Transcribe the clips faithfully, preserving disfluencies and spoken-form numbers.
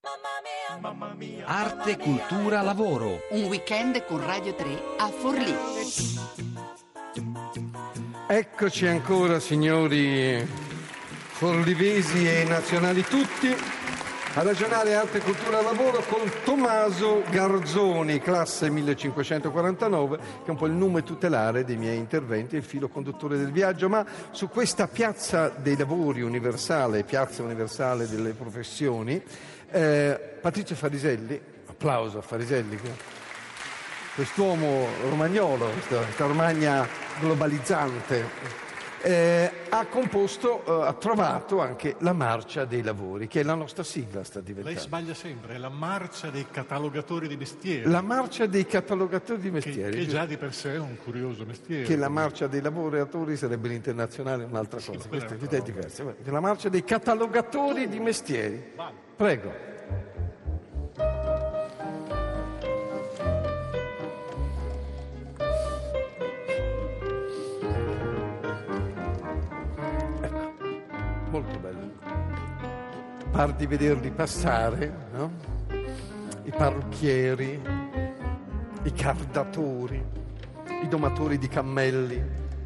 Arte, cultura, lavoro. Un weekend con Radio tre a Forlì. Eccoci ancora, signori forlivesi e nazionali tutti, a ragionare arte, cultura, lavoro con Tommaso Garzoni, classe millecinquecentoquarantanove, che è un po' il nome tutelare dei miei interventi, il filo conduttore del viaggio, ma su questa piazza dei lavori universale, piazza universale delle professioni, eh, Patrizio Fariselli, applauso a Fariselli, quest'uomo romagnolo, questa, questa Romagna globalizzante, eh, ha composto, eh, ha trovato anche la Marcia dei Lavori, che è la nostra sigla, sta diventando. Lei sbaglia sempre, è la Marcia dei catalogatori di mestieri. La Marcia dei catalogatori di mestieri. Che, che già di per sé è un curioso mestiere. Che la Marcia dei lavoratori sarebbe l'internazionale, un'altra cosa. Sì, questa è diversa. La Marcia dei catalogatori di mestieri. Prego. Molto bello. Par di vederli passare, no? I parrucchieri, i cardatori, i domatori di cammelli,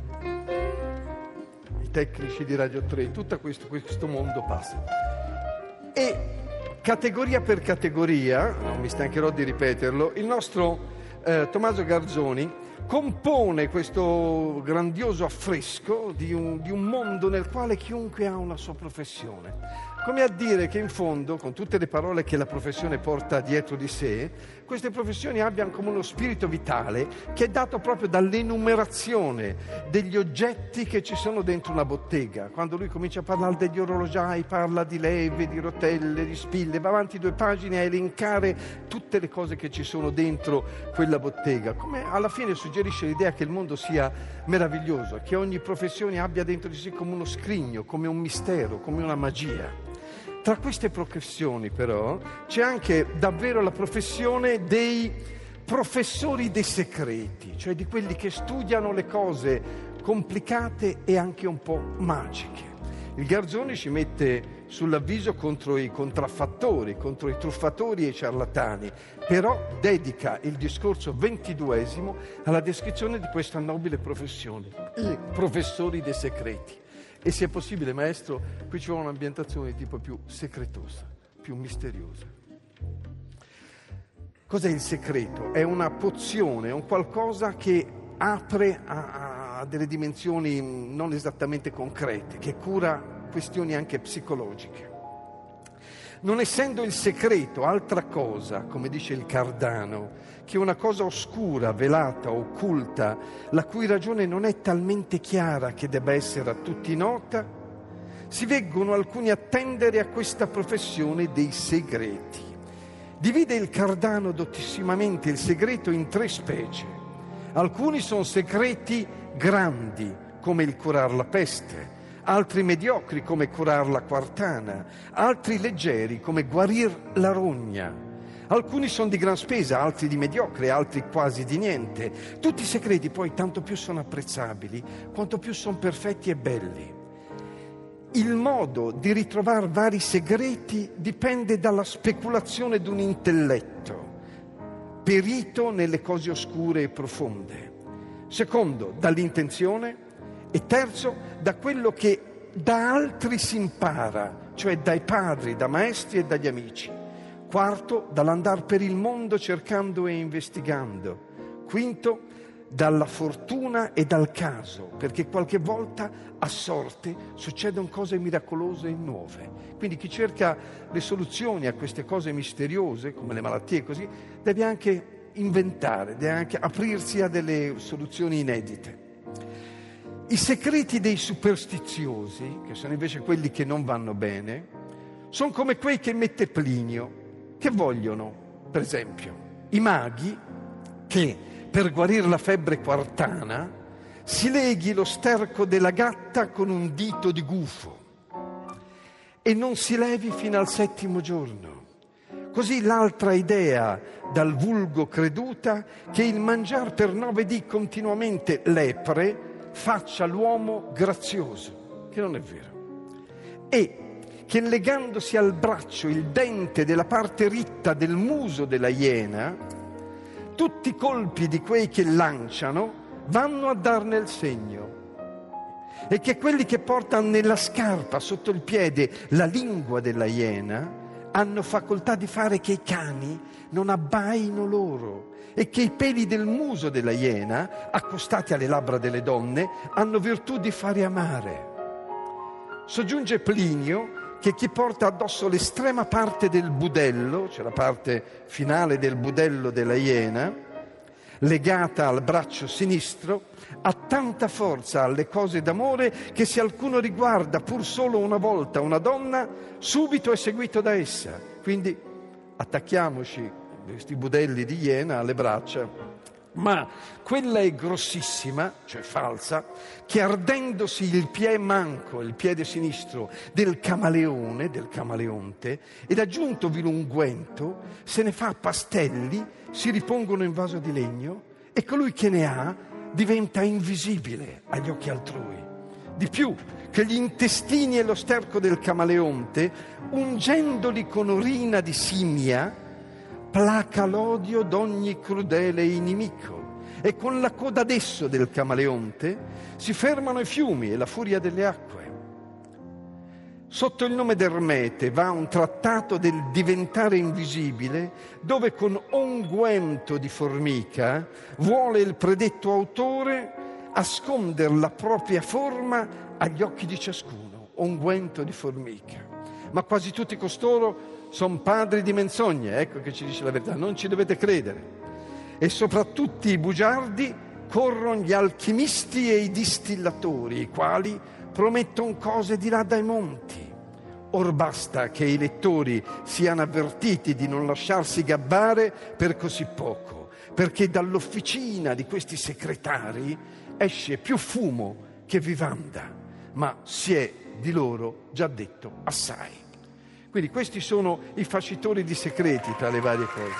i tecnici di Radio tre, tutto questo, questo mondo passa. E categoria per categoria, non mi stancherò di ripeterlo, il nostro eh, Tommaso Garzoni compone questo grandioso affresco di un, di un mondo nel quale chiunque ha una sua professione. Come a dire che in fondo, con tutte le parole che la professione porta dietro di sé, queste professioni abbiano come uno spirito vitale che è dato proprio dall'enumerazione degli oggetti che ci sono dentro una bottega. Quando lui comincia a parlare degli orologiai, parla di leve, di rotelle, di spille, va avanti due pagine a elencare tutte le cose che ci sono dentro quella bottega. Come alla fine suggerisce l'idea che il mondo sia meraviglioso, che ogni professione abbia dentro di sé come uno scrigno, come un mistero, come una magia. Tra queste professioni però c'è anche davvero la professione dei professori dei segreti, cioè di quelli che studiano le cose complicate e anche un po' magiche. Il Garzoni ci mette sull'avviso contro i contraffattori, contro i truffatori e i ciarlatani, però dedica il discorso ventiduesimo alla descrizione di questa nobile professione, i professori dei segreti. E se è possibile, maestro, qui ci vuole un'ambientazione di tipo più secretosa, più misteriosa. Cos'è il segreto? È una pozione, è un qualcosa che apre a, a delle dimensioni non esattamente concrete, che cura questioni anche psicologiche. Non essendo il segreto altra cosa, come dice il Cardano, che una cosa oscura, velata, occulta, la cui ragione non è talmente chiara che debba essere a tutti nota, si veggono alcuni attendere a questa professione dei segreti. Divide il Cardano dottissimamente il segreto in tre specie. Alcuni sono segreti grandi, come il curar la peste, altri mediocri come curar la quartana, altri leggeri come guarir la rogna. Alcuni sono di gran spesa, altri di mediocre, altri quasi di niente. Tutti i segreti poi tanto più sono apprezzabili, quanto più sono perfetti e belli. Il modo di ritrovare vari segreti dipende dalla speculazione di un intelletto, perito nelle cose oscure e profonde. Secondo, dall'intenzione. E terzo, da quello che da altri si impara, cioè dai padri, da maestri e dagli amici. Quarto, dall'andar per il mondo cercando e investigando. Quinto, dalla fortuna e dal caso, perché qualche volta a sorte succedono cose miracolose e nuove. Quindi chi cerca le soluzioni a queste cose misteriose, come le malattie e così, deve anche inventare, deve anche aprirsi a delle soluzioni inedite. I segreti dei superstiziosi, che sono invece quelli che non vanno bene, sono come quei che mette Plinio, che vogliono, per esempio, i maghi che per guarire la febbre quartana si leghi lo sterco della gatta con un dito di gufo e non si levi fino al settimo giorno. Così l'altra idea dal vulgo creduta che il mangiar per nove dì continuamente lepre faccia l'uomo grazioso, che non è vero. E che legandosi al braccio il dente della parte ritta del muso della iena, tutti i colpi di quei che lanciano vanno a darne il segno, e che quelli che portano nella scarpa sotto il piede la lingua della iena hanno facoltà di fare che i cani non abbaino loro, e che i peli del muso della iena, accostati alle labbra delle donne, hanno virtù di fare amare. Soggiunge Plinio che chi porta addosso l'estrema parte del budello, cioè la parte finale del budello della iena, legata al braccio sinistro, ha tanta forza alle cose d'amore che se alcuno riguarda pur solo una volta una donna, subito è seguito da essa. Quindi attacchiamoci questi budelli di iena alle braccia. Ma quella è grossissima, cioè falsa, che ardendosi il piede manco, il piede sinistro del camaleone, del camaleonte, ed aggiuntovi l'unguento, se ne fa pastelli, si ripongono in vaso di legno, e colui che ne ha diventa invisibile agli occhi altrui. Di più, che gli intestini e lo sterco del camaleonte, ungendoli con urina di simia, placa l'odio d'ogni crudele inimico, e con la coda d'esso del camaleonte si fermano i fiumi e la furia delle acque. Sotto il nome d'Ermete va un trattato del diventare invisibile, dove con unguento di formica vuole il predetto autore asconder la propria forma agli occhi di ciascuno. Unguento di formica. Ma quasi tutti costoro sono padri di menzogne, ecco che ci dice la verità, non ci dovete credere. E soprattutto i bugiardi corrono gli alchimisti e i distillatori, i quali promettono cose di là dai monti. Or basta che i lettori siano avvertiti di non lasciarsi gabbare per così poco, perché dall'officina di questi segretari esce più fumo che vivanda, ma si è di loro già detto assai. Quindi questi sono i facitori di segreti tra le varie cose.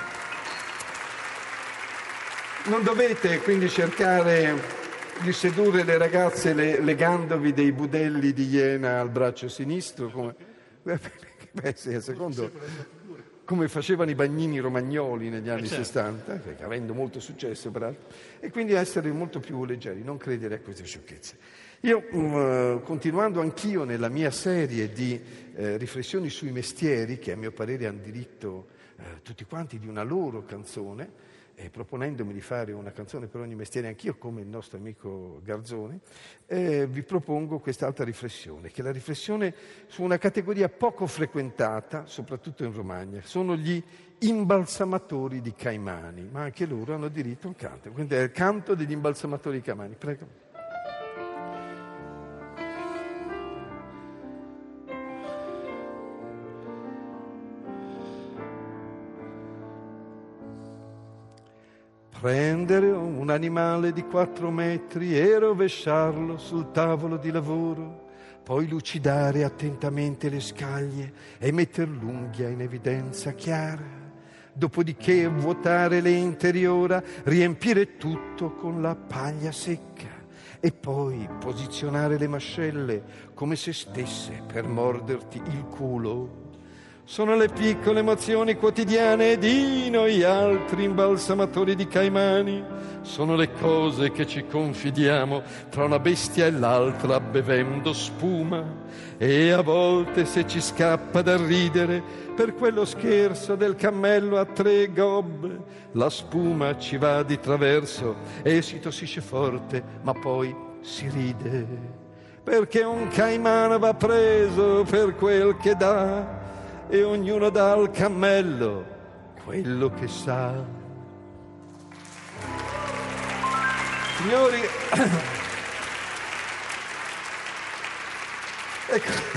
Non dovete quindi cercare di sedurre le ragazze le, legandovi dei budelli di iena al braccio sinistro, come, beh, sì, secondo, come facevano i bagnini romagnoli negli anni certo. sessanta, avendo molto successo peraltro, e quindi essere molto più leggeri, non credere a queste sciocchezze. Io, uh, continuando anch'io nella mia serie di uh, riflessioni sui mestieri, che a mio parere hanno diritto uh, tutti quanti di una loro canzone, e proponendomi di fare una canzone per ogni mestiere anch'io, come il nostro amico Garzoni, eh, vi propongo quest'altra riflessione, che è la riflessione su una categoria poco frequentata, soprattutto in Romagna. Sono gli imbalsamatori di caimani, ma anche loro hanno diritto a un canto. Quindi è il canto degli imbalsamatori di caimani. Prego. Prendere un animale di quattro metri e rovesciarlo sul tavolo di lavoro, poi lucidare attentamente le scaglie e metter l'unghia in evidenza chiara, dopodiché vuotare le interiora, riempire tutto con la paglia secca e poi posizionare le mascelle come se stesse per morderti il culo. Sono le piccole emozioni quotidiane di noi altri imbalsamatori di caimani. Sono le cose che ci confidiamo tra una bestia e l'altra bevendo spuma. E a volte se ci scappa da ridere per quello scherzo del cammello a tre gobbe, la spuma ci va di traverso e si tossisce forte, ma poi si ride. Perché un caimano va preso per quel che dà, e ognuno dà al cammello quello che sa. Signori, ecco.